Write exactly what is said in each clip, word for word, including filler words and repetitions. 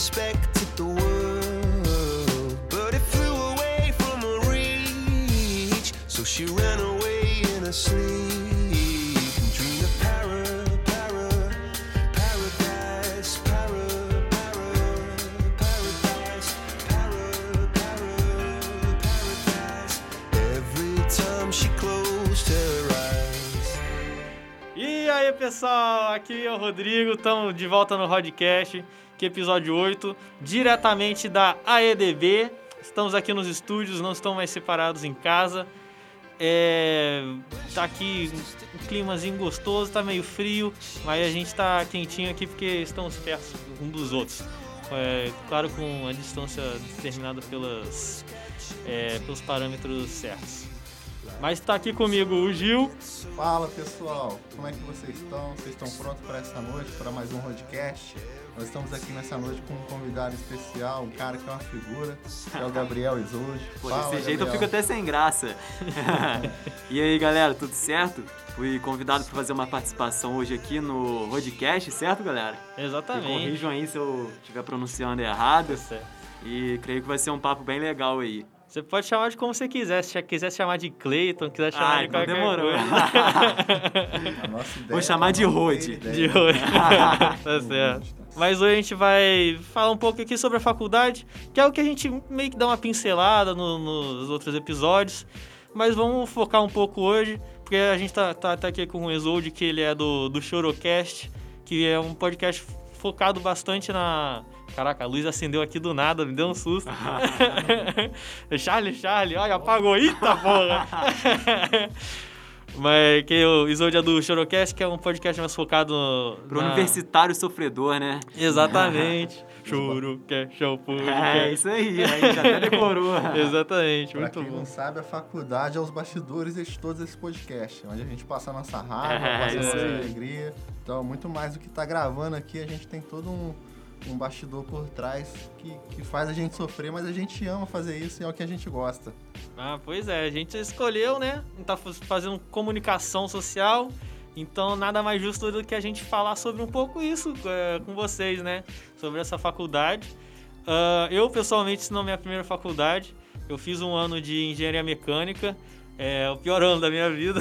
respected the world, but it flew away from her reach. So she ran away in her sleep and dreamed of para, para, paradise, para, para, paradise, para, para, paradise. Every time she closed her eyes. E aí, pessoal, aqui é o Rodrigo, estamos de volta no Rodcast, que é episódio oito, diretamente da A E D B. Estamos aqui nos estúdios, não estamos mais separados em casa. É, tá aqui um climazinho gostoso, tá meio frio, mas a gente tá quentinho aqui porque estamos perto um dos outros. É, claro, com a distância determinada pelas, é, pelos parâmetros certos. Mas tá aqui comigo o Gil. Fala, pessoal, como é que vocês estão? Vocês estão prontos para essa noite, para mais um podcast? Nós estamos aqui nessa noite com um convidado especial, um cara que é uma figura, que é o Gabriel Isolde. Pô, Fala, desse jeito Gabriel. eu fico até sem graça. E aí, galera, tudo certo? Fui convidado para fazer uma participação hoje aqui no Rodcast, certo, galera? Exatamente. Me corrijam aí se eu estiver pronunciando errado. Certo. E creio que vai ser um papo bem legal aí. Você pode chamar de como você quiser. Se quiser chamar de Cleiton, quiser chamar Ah, de então qualquer demorou. A nossa ideia Vou chamar é de uma Rode. ideia. de hoje. Tá certo. Mas hoje a gente vai falar um pouco aqui sobre a faculdade, que é o que a gente meio que dá uma pincelada no, nos outros episódios. Mas vamos focar um pouco hoje, porque a gente tá, tá, tá aqui com o Isolde, que ele é do, do Chorocast, que é um podcast focado bastante na... Caraca, a luz acendeu aqui do nada, me deu um susto. Charlie, Charlie, olha, apagou. Eita, porra! Mas que o Isolde é do Chorocast, que é um podcast mais focado no... Pro na... universitário sofredor, né? Exatamente. Chorocast, show, É, isso aí, a gente até decorou. Exatamente, Pra muito quem bom. não sabe, a faculdade é os bastidores de todos esses podcasts, onde a gente passa a nossa raiva, É, passa a isso nossa aí. alegria. Então, muito mais do que tá gravando aqui, a gente tem todo um, um bastidor por trás que, que faz a gente sofrer, mas a gente ama fazer isso e é o que a gente gosta. Ah, pois é, a gente escolheu, né? Tá fazendo comunicação social, então nada mais justo do que a gente falar sobre um pouco isso é, com vocês, né? Sobre essa faculdade. Uh, eu, pessoalmente, isso não é minha primeira faculdade. Eu fiz um ano de engenharia mecânica, é o pior ano da minha vida.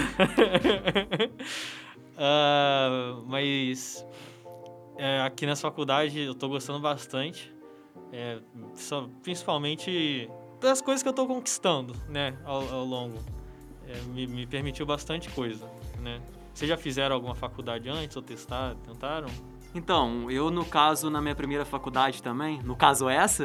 uh, mas é, aqui nessa faculdade eu tô gostando bastante, é, só, principalmente das coisas que eu tô conquistando, né, ao, ao longo. É, me, me permitiu bastante coisa, né? Vocês já fizeram alguma faculdade antes ou testaram, tentaram? Então, eu no caso, na minha primeira faculdade também, no caso essa,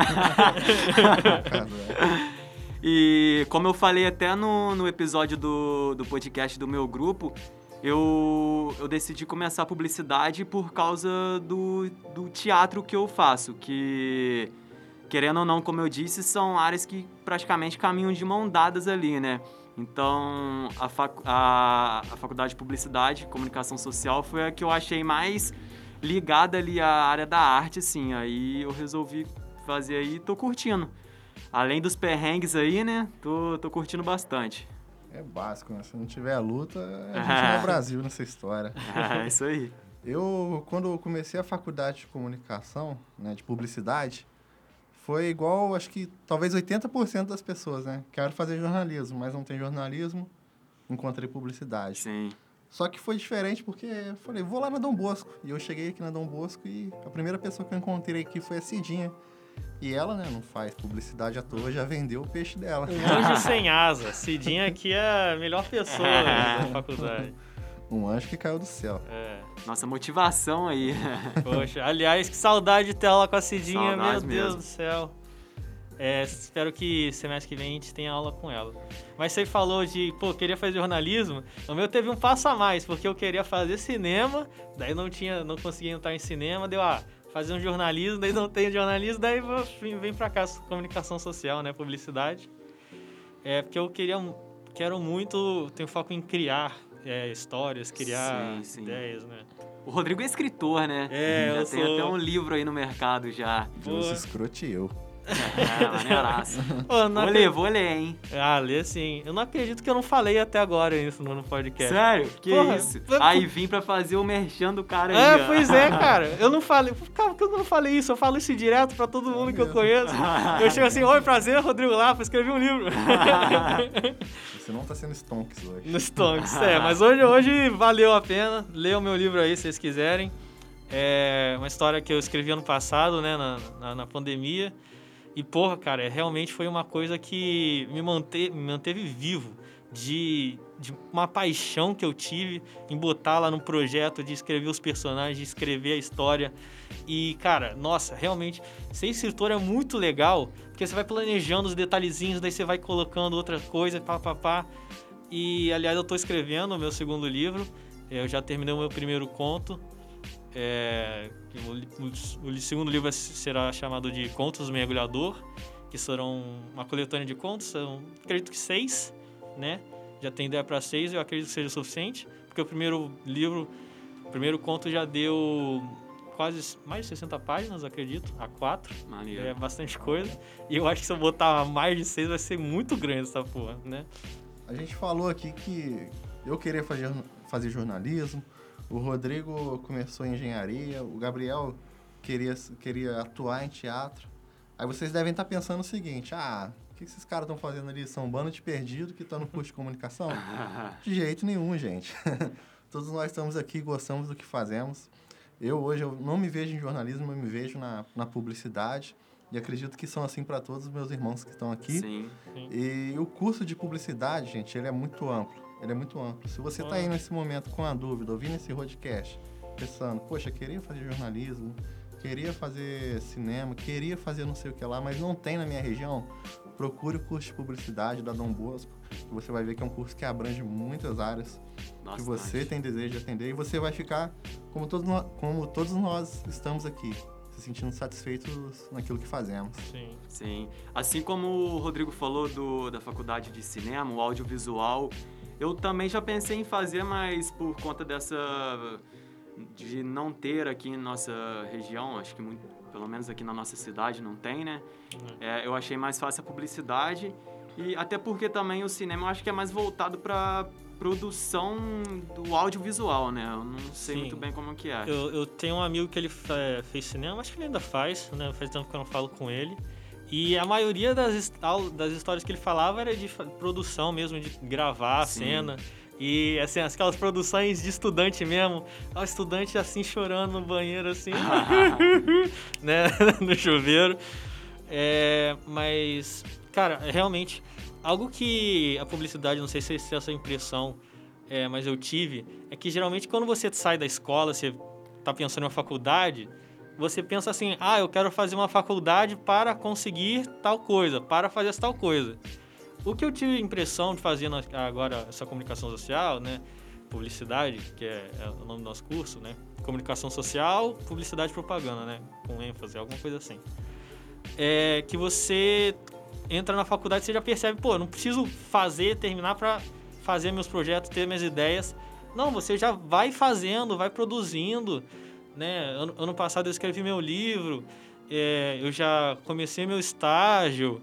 Cara, é. e como eu falei até no, no episódio do, do podcast do meu grupo, eu, eu decidi começar a publicidade por causa do, do teatro que eu faço, que, querendo ou não, como eu disse, são áreas que praticamente caminham de mão dadas ali, né? Então, a, fac, a, a faculdade de publicidade e comunicação social foi a que eu achei mais ligada ali à área da arte, assim. Aí eu resolvi fazer aí e tô curtindo. Além dos perrengues aí, né? Tô, tô curtindo bastante. É básico, né? Se não tiver a luta, a gente não é o Brasil nessa história. É isso aí. Eu, quando eu comecei a faculdade de comunicação, né, de publicidade, foi igual, acho que talvez oitenta por cento das pessoas, né? Quero fazer jornalismo, mas não tem jornalismo, encontrei publicidade. Sim. Só que foi diferente porque eu falei, vou lá na Dom Bosco. E eu cheguei aqui na Dom Bosco e a primeira pessoa que eu encontrei aqui foi a Cidinha. E ela, né, não faz publicidade à toa, já vendeu o peixe dela. Um anjo sem asa. Cidinha aqui é a melhor pessoa da faculdade. Um anjo que caiu do céu. É. Nossa motivação aí. Poxa, aliás, que saudade de ter aula com a Cidinha, Saudades meu Deus mesmo. do céu. É, espero que semestre que vem a gente tenha aula com ela. Mas você falou de, pô, queria fazer jornalismo. O meu teve um passo a mais, porque eu queria fazer cinema, daí não tinha, não conseguia entrar em cinema, deu, ah, fazer um jornalismo, daí não tem jornalismo, daí vou, vem pra cá, comunicação social, né, publicidade. É, porque eu queria, quero muito, tenho foco em criar é, histórias, criar Sim, sim. ideias, né. O Rodrigo é escritor, né? É, já eu tem sou. até um livro aí no mercado já. Deus escrote eu. É, maneiraço. Pô, não Vou ler, vou ler, hein? Ah, lê sim. Eu não acredito que eu não falei até agora isso no podcast. Sério? Que Porra, isso? foi- Aí vim pra fazer o merchan do cara aí, É, ó. pois é, cara. Eu não falei. Cara, por que eu não falei isso? Eu falo isso direto pra todo mundo que eu conheço. Eu chego assim, oi, prazer, Rodrigo Lapa, escrevi um livro. Você não tá sendo stonks hoje. No Stonks, é. Mas hoje, hoje valeu a pena. Lê o meu livro aí, se vocês quiserem. É uma história que eu escrevi ano passado, né, na, na, na pandemia. E, porra, cara, realmente foi uma coisa que me, mante, me manteve vivo. De, de uma paixão que eu tive em botar lá no projeto, de escrever os personagens, de escrever a história. E, cara, nossa, realmente, ser escritor é muito legal, porque você vai planejando os detalhezinhos, daí você vai colocando outra coisa, pá, pá, pá. E, aliás, eu tô escrevendo o meu segundo livro, eu já terminei o meu primeiro conto. É, o, o, o segundo livro será chamado de Contos do Mergulhador, que serão uma coletânea de contos, são, acredito que seis, né? Já tem ideia para seis, eu acredito que seja o suficiente, porque o primeiro livro, o primeiro conto já deu quase mais de sessenta páginas, acredito, a quatro. Maneiro. É bastante coisa. E eu acho que se eu botar mais de seis vai ser muito grande essa porra, né? A gente falou aqui que eu queria fazer, fazer jornalismo, o Rodrigo começou em engenharia, o Gabriel queria, queria atuar em teatro. Aí vocês devem estar pensando o seguinte, ah, o que esses caras estão fazendo ali? São um bando de perdido que estão no curso de comunicação? De jeito nenhum, gente. Todos nós estamos aqui, gostamos do que fazemos. Eu hoje eu não me vejo em jornalismo, eu me vejo na, na publicidade. E acredito que são assim para todos os meus irmãos que estão aqui. Sim. E o curso de publicidade, gente, ele é muito amplo. Ele é muito amplo. Se você está aí nesse momento com a dúvida, ouvindo esse podcast, pensando, poxa, queria fazer jornalismo, queria fazer cinema, queria fazer não sei o que lá, mas não tem na minha região, procure o curso de publicidade da Dom Bosco, que você vai ver que é um curso que abrange muitas áreas Bastante. que você tem desejo de atender, e você vai ficar, como todos nós, como todos nós estamos aqui, se sentindo satisfeitos naquilo que fazemos. Sim. Sim. Assim como o Rodrigo falou do, da faculdade de cinema, o audiovisual, eu também já pensei em fazer, mas por conta dessa... de não ter aqui em nossa região, acho que muito, pelo menos aqui na nossa cidade não tem, né? É, eu achei mais fácil a publicidade, e até porque também o cinema eu acho que é mais voltado para produção do audiovisual, né? Eu não sei Sim. muito bem como que é. Eu, eu tenho um amigo que ele é, fez cinema, acho que ele ainda faz, né? Faz tempo que eu não falo com ele. E a maioria das, das histórias que ele falava era de produção mesmo, de gravar a Sim. cena. E, assim, aquelas produções de estudante mesmo. O estudante, assim, chorando no banheiro, assim, né? No chuveiro. É, mas, cara, realmente, algo que a publicidade, não sei se é essa impressão, é, mas eu tive, é que geralmente quando você sai da escola, você tá pensando em uma faculdade, você pensa assim, ah, eu quero fazer uma faculdade para conseguir tal coisa, para fazer tal coisa. O que eu tive a impressão de fazer agora essa comunicação social, né, publicidade, que é, é o nome do nosso curso, né, comunicação social, publicidade e propaganda, né, com ênfase, alguma coisa assim, é que você entra na faculdade e você já percebe, pô, eu não preciso fazer, terminar para fazer meus projetos, ter minhas ideias. Não, você já vai fazendo, vai produzindo, né? Ano, ano passado eu escrevi meu livro, é, eu já comecei meu estágio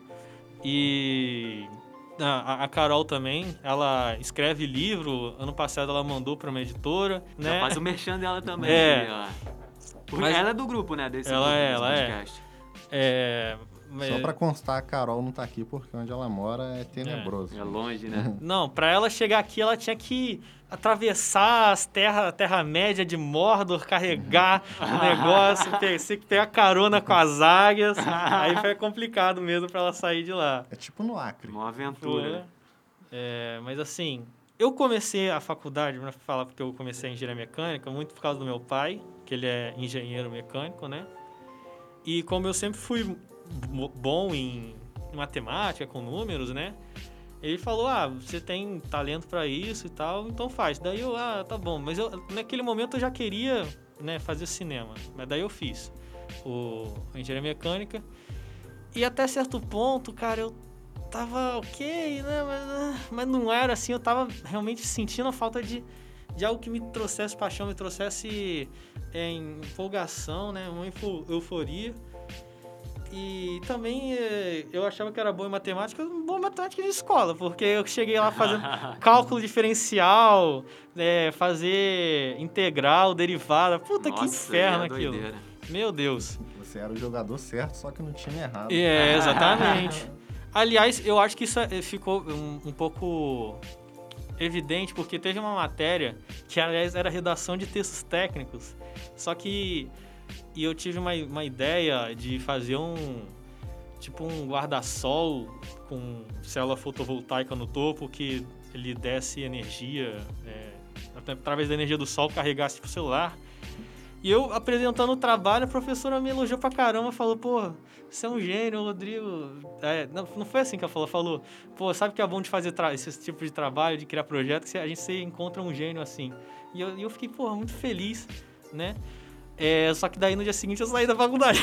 e a, a Carol também, ela escreve livro, ano passado ela mandou para uma editora, Já né? faz o merchan dela também. É. Ó. Porque Mas- ela é do grupo, né? Desse Ela grupo, é, desse ela é. podcast. É, mas- Só pra constar, a Carol não tá aqui porque onde ela mora é tenebroso. É longe, né? Não, pra ela chegar aqui, ela tinha que atravessar as terra, a Terra-média de Mordor, carregar o negócio, pe- ter que pegar carona com as águias. Aí foi complicado mesmo pra ela sair de lá. É tipo no Acre. Uma aventura. Foi. É, mas assim, eu comecei a faculdade, pra falar porque eu comecei a engenharia mecânica, muito por causa do meu pai, que ele é engenheiro mecânico, né? E como eu sempre fui bo- bom em matemática, com números, né? Ele falou, ah, você tem talento pra isso e tal, então faz. Daí eu, ah, tá bom. Mas eu, naquele momento eu já queria, né, fazer cinema. Mas daí eu fiz o a engenharia mecânica. E até certo ponto, cara, eu tava ok, né? Mas, mas não era assim, eu tava realmente sentindo a falta de, de algo que me trouxesse paixão, me trouxesse é, empolgação, né? Uma info- euforia. E também eh, eu achava que era bom em matemática, boa em matemática de escola, porque eu cheguei lá fazendo cálculo diferencial, eh, fazer integral, derivada. Puta, que Nossa, inferno é aquilo. doideira. Meu Deus. Você era o jogador certo, só que no time errado. É, exatamente. Aliás, eu acho que isso eh, ficou um, um pouco evidente, porque teve uma matéria que, aliás, era redação de textos técnicos, só que e eu tive uma, uma ideia de fazer um tipo um guarda-sol com célula fotovoltaica no topo que ele desse energia, é, através da energia do sol, carregasse pro celular. E eu, apresentando o trabalho, a professora me elogiou pra caramba, falou, pô, você é um gênio, Rodrigo. É, não, não foi assim que ela falou, falou, pô, sabe que é bom de fazer tra- esse tipo de trabalho, de criar projetos, que a gente se encontra um gênio assim. E eu, e eu fiquei, pô, muito feliz, né? É, só que daí no dia seguinte eu saí da faculdade.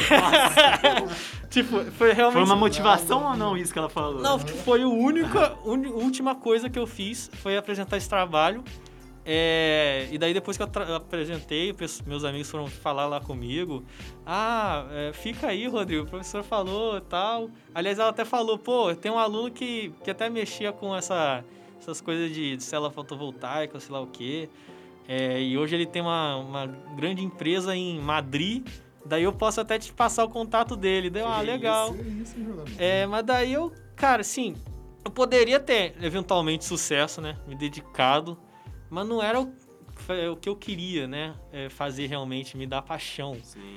Tipo, foi realmente... Foi uma motivação ou não isso que ela falou? Não, foi a única, uni- última coisa que eu fiz, foi apresentar esse trabalho. É, e daí depois que eu tra- apresentei, pes- meus amigos foram falar lá comigo. Ah, é, fica aí, Rodrigo, o professor falou e tal. Aliás, ela até falou, pô, tem um aluno que, que até mexia com essa, essas coisas de, de célula fotovoltaica, sei lá o quê. É, e hoje ele tem uma, uma grande empresa em Madrid. Daí eu posso até te passar o contato dele. Daí, ah, legal. Isso, isso, jogador. É, mas daí eu, cara, assim, eu poderia ter eventualmente sucesso, né? Me dedicado, mas não era o, o que eu queria, né? É, fazer realmente, me dar paixão. Sim.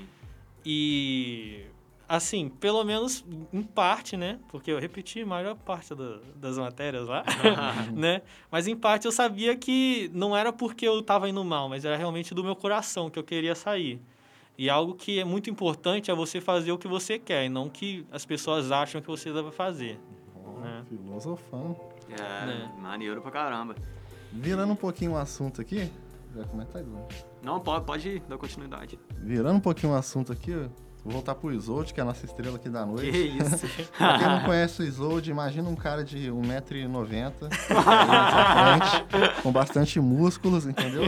E, assim, pelo menos em parte, né? Porque eu repeti a maior parte da- das matérias lá, né? Mas em parte eu sabia que não era porque eu tava indo mal, mas era realmente do meu coração que eu queria sair. E algo que é muito importante é você fazer o que você quer e não o que as pessoas acham que você deve fazer. Ó, né? Filosofando. É, Né? maneiro pra caramba. Virando um pouquinho o assunto aqui. Já comentar, Isolde? Não, pode, pode dar continuidade. Virando um pouquinho o assunto aqui, ó, vou voltar pro Isolde, que é a nossa estrela aqui da Que noite. isso. Pra quem não conhece o Isolde, imagina um cara de um metro e noventa, com bastante músculos, entendeu?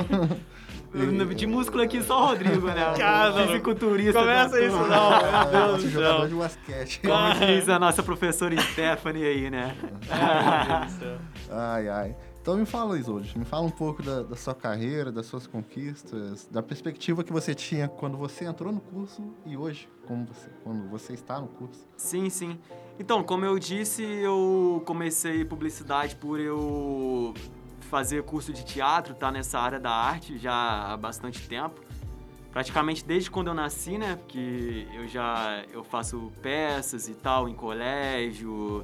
De músculo aqui só o Rodrigo, né? Cara, fisiculturista. começa da isso turma. não, meu É, Deus nosso do jogador céu. de basquete. Como diz a nossa professora Stephanie aí, né? Ai, meu Deus do céu. Ai, ai. Então me fala, Isolde, me fala um pouco da, da sua carreira, das suas conquistas, da perspectiva que você tinha quando você entrou no curso e hoje, como você, quando você está no curso. Sim, sim. Então, como eu disse, eu comecei publicidade por eu fazer curso de teatro, tá nessa área da arte já há bastante tempo. Praticamente desde quando eu nasci, né? Porque eu já eu faço peças e tal em colégio.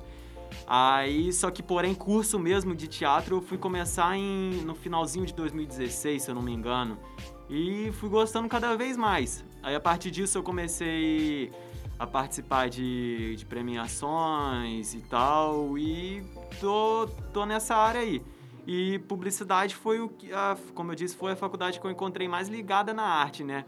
Aí, só que porém, curso mesmo de teatro eu fui começar em, no finalzinho de dois mil e dezesseis, se eu não me engano. E fui gostando cada vez mais. Aí, a partir disso, eu comecei a participar de, de premiações e tal. E tô, tô nessa área aí. E publicidade foi o que, a, como eu disse, foi a faculdade que eu encontrei mais ligada na arte, né?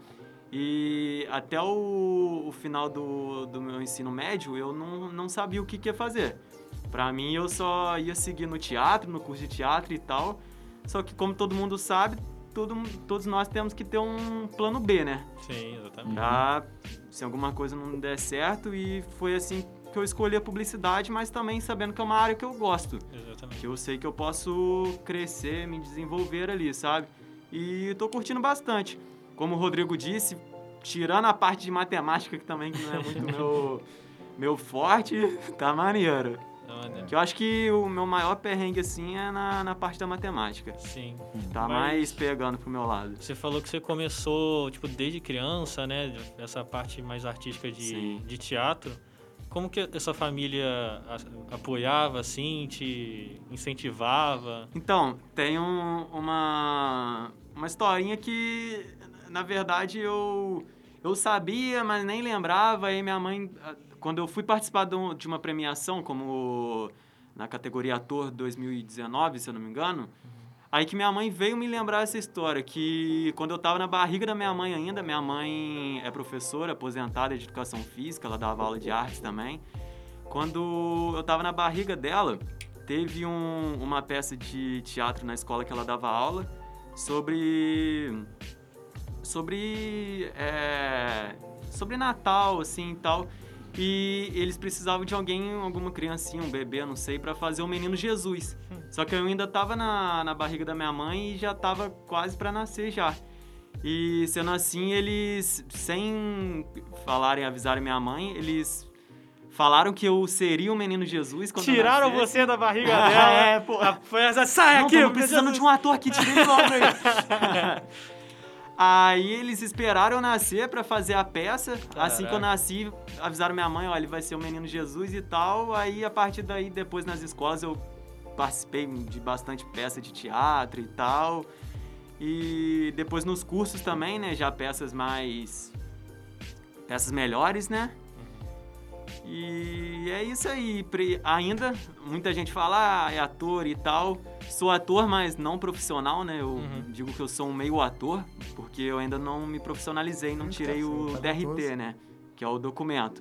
E até o, o final do, do meu ensino médio, eu não, não sabia o que, que ia fazer. Pra mim, eu só ia seguir no teatro, no curso de teatro e tal. Só que, como todo mundo sabe, todo, todos nós temos que ter um plano B, né? Sim, exatamente. Pra, se alguma coisa não der certo. E foi assim que eu escolhi a publicidade, mas também sabendo que é uma área que eu gosto. Exatamente. Que eu sei que eu posso crescer, me desenvolver ali, sabe? E tô curtindo bastante. Como o Rodrigo disse, tirando a parte de matemática, que também não é muito meu, meu forte, tá maneiro. Não, né? Que eu acho que o meu maior perrengue, assim, é na, na parte da matemática. Sim. Tá Mas mais pegando pro meu lado. Você falou que você começou, tipo, desde criança, né? Essa parte mais artística de, Sim. de teatro. Como que essa família a- apoiava, assim, te incentivava? Então, tem um- uma, uma historinha que, na verdade, eu, eu sabia, mas nem lembrava. Aí minha mãe, ah, quando eu fui participar de um- de uma premiação, como na categoria Ator dois mil e dezenove, se eu não me engano, aí que minha mãe veio me lembrar essa história, que quando eu tava na barriga da minha mãe ainda, minha mãe é professora, aposentada de educação física, ela dava aula de artes também. Quando eu tava na barriga dela, teve um- uma peça de teatro na escola que ela dava aula sobre... sobre... é, sobre Natal, assim, e tal. E eles precisavam de alguém, alguma criancinha, um bebê, não sei, pra fazer o menino Jesus. Só que eu ainda tava na, na barriga da minha mãe e já tava quase pra nascer já. E sendo assim, eles, sem falarem, avisarem minha mãe, eles falaram que eu seria o menino Jesus quando Tiraram eu nascer. você da barriga dela. É, pô. Foi essa, sai Não, aqui, tamo precisando de um ator aqui, tira ele logo aí. Aí eles esperaram eu nascer pra fazer a peça. Caraca. Assim que eu nasci, avisaram minha mãe, olha, ele vai ser o menino Jesus e tal. Aí a partir daí, depois nas escolas, eu participei de bastante peça de teatro e tal. E depois nos cursos também, né, já peças mais... peças melhores, né? E é isso aí. Pre- Ainda, muita gente fala, ah, é ator e tal. Sou ator, mas não profissional, né? Eu Uhum. digo que eu sou um meio ator, porque eu ainda não me profissionalizei, não Hum, tirei tá o certo, D R T, talentoso. né? Que é o documento.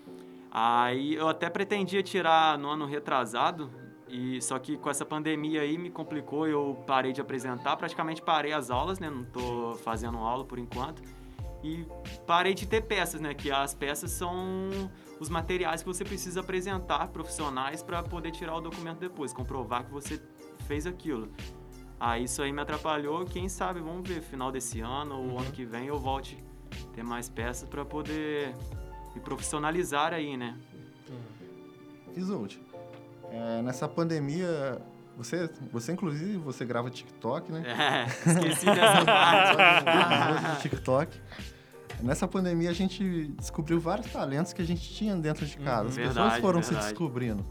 Aí eu até pretendia tirar no ano retrasado, e só que com essa pandemia aí me complicou, eu parei de apresentar, praticamente parei as aulas, né? Não tô fazendo aula por enquanto. E parei de ter peças, né? Que as peças são os materiais que você precisa apresentar profissionais para poder tirar o documento depois, comprovar que você fez aquilo. Aí isso aí me atrapalhou, quem sabe, vamos ver, final desse ano ou Uhum. ano que vem eu volte a ter mais peças para poder me profissionalizar aí, né? Isolde, é, nessa pandemia, você, você inclusive, você grava TikTok, né? É, esqueci dessa parte. Episódio do TikTok. Nessa pandemia a gente descobriu vários talentos que a gente tinha dentro de casa. As pessoas Verdade, foram se verdade. descobrindo.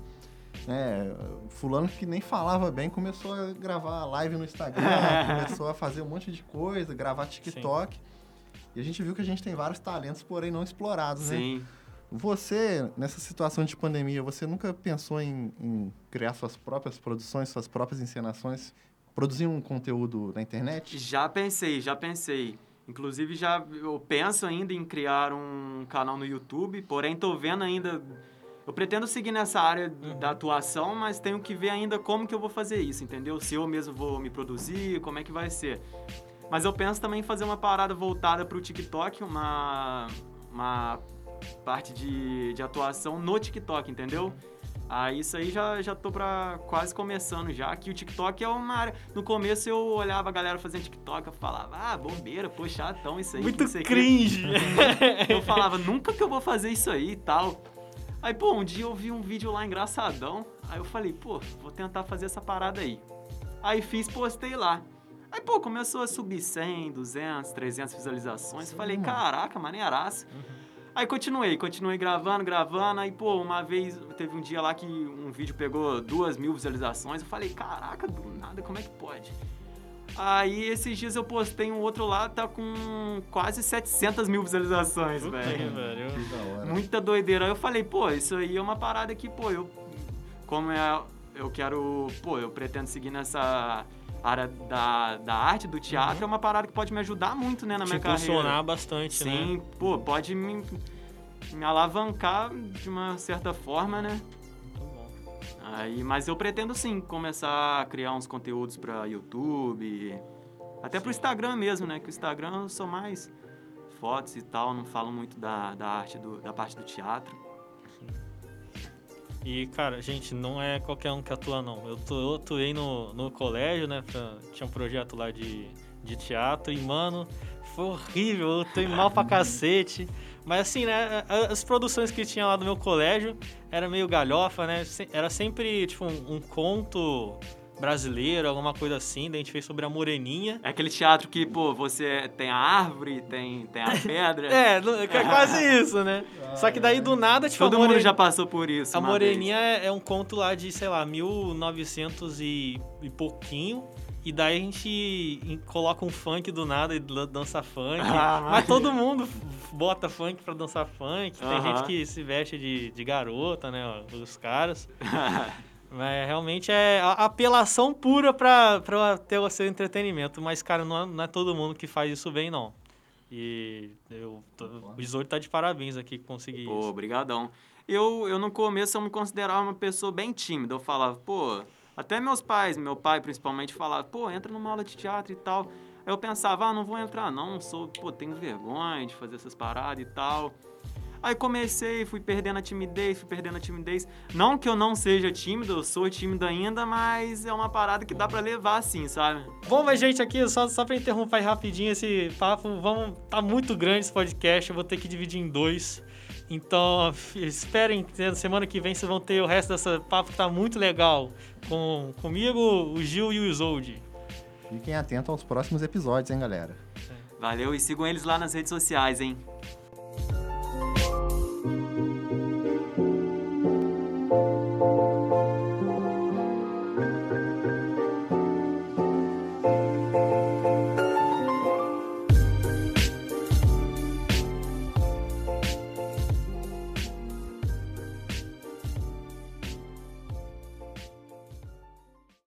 É, fulano que nem falava bem começou a gravar live no Instagram, começou a fazer um monte de coisa, gravar TikTok. E a gente viu que a gente tem vários talentos, porém não explorados, né? Sim. Você, nessa situação de pandemia, você nunca pensou em, em criar suas próprias produções, suas próprias encenações, produzir um conteúdo na internet? Já pensei, já pensei. Inclusive, já eu penso ainda em criar um canal no YouTube, porém tô vendo ainda... Eu pretendo seguir nessa área da atuação, mas tenho que ver ainda como que eu vou fazer isso, entendeu? Se eu mesmo vou me produzir, como é que vai ser. Mas eu penso também em fazer uma parada voltada pro TikTok, uma, uma parte de, de atuação no TikTok, entendeu? Ah, isso aí já, já tô pra quase começando já, que o TikTok é uma área... No começo eu olhava a galera fazendo TikTok, eu falava, ah, bobeira, pô, chatão isso aí. que Muito não sei o quê. cringe. Eu falava, nunca que eu vou fazer isso aí e tal. Aí, pô, um dia eu vi um vídeo lá engraçadão, aí eu falei, pô, vou tentar fazer essa parada aí. Aí fiz, postei lá. Aí, pô, começou a subir cem, duzentas, trezentas visualizações. Sim, Falei, mano. caraca, maneiraça. Aí continuei, continuei gravando, gravando. Aí, pô, uma vez, teve um dia lá que um vídeo pegou duas mil visualizações. Eu falei, caraca, do nada, como é que pode? Aí, esses dias eu postei um outro lá, tá com quase setecentas mil visualizações, Puta velho. que pariu. Que da hora. Muita doideira. Aí eu falei, pô, isso aí é uma parada que, pô, eu... Como é... Eu quero... Pô, eu pretendo seguir nessa área da, da arte, do teatro. É uma parada que pode me ajudar muito, né, na Te minha carreira. impulsionar bastante, né? Sim, pô, pode me, me alavancar de uma certa forma, né? Muito bom. Aí, mas eu pretendo, sim, começar a criar uns conteúdos pra YouTube. Até pro Instagram mesmo, né? Que o Instagram eu sou mais fotos e tal. Não falo muito da, da arte, do, da parte do teatro. E, cara, gente, não é qualquer um que atua, não. Eu, tô, eu atuei no, no colégio, né? Pra, tinha um projeto lá de, de teatro e, mano, foi horrível. Eu atuei mal pra cacete. Mas, assim, né? a- As produções que tinha lá do meu colégio era meio galhofa, né? se- Era sempre, tipo, um, um conto brasileiro, alguma coisa assim. Daí a gente fez sobre a Moreninha. É aquele teatro que, pô, você tem a árvore, tem, tem a pedra. É, no- é quase isso, né? Só que daí, do nada, tipo, Todo a mundo Moreninha... já passou por isso. A uma Moreninha é, é um conto lá de, sei lá, mil e novecentos e, e pouquinho. E daí a gente em- coloca um funk do nada e dan- dança funk. Ah, mas mas- todo mundo f- bota funk pra dançar funk. Tem Aham. gente que se veste de, de garota, né? ó, Os caras. vez. Mas realmente é a- apelação pura pra, pra ter o seu entretenimento. Mas, cara, não é, não é todo mundo que faz isso bem, não. E eu, tô- o Isolde tá de parabéns aqui que conseguir Pô, isso. obrigadão. Eu, eu no começo eu me considerava uma pessoa bem tímida. Eu falava, pô, até meus pais, meu pai principalmente, falava, pô, entra numa aula de teatro e tal. Aí eu pensava, ah, não vou entrar não, sou, pô, tenho vergonha de fazer essas paradas e tal. Aí comecei, fui perdendo a timidez, fui perdendo a timidez. Não que eu não seja tímido, eu sou tímido ainda, mas é uma parada que dá pra levar assim, sabe? Bom, mas gente, aqui, só, só pra interromper rapidinho esse papo, vamos, tá muito grande esse podcast, eu vou ter que dividir em dois. Então, esperem, semana que vem vocês vão ter o resto dessa papo que tá muito legal. Com, comigo, o Gil e o Isolde. Fiquem atentos aos próximos episódios, hein, galera? Valeu e sigam eles lá nas redes sociais, hein?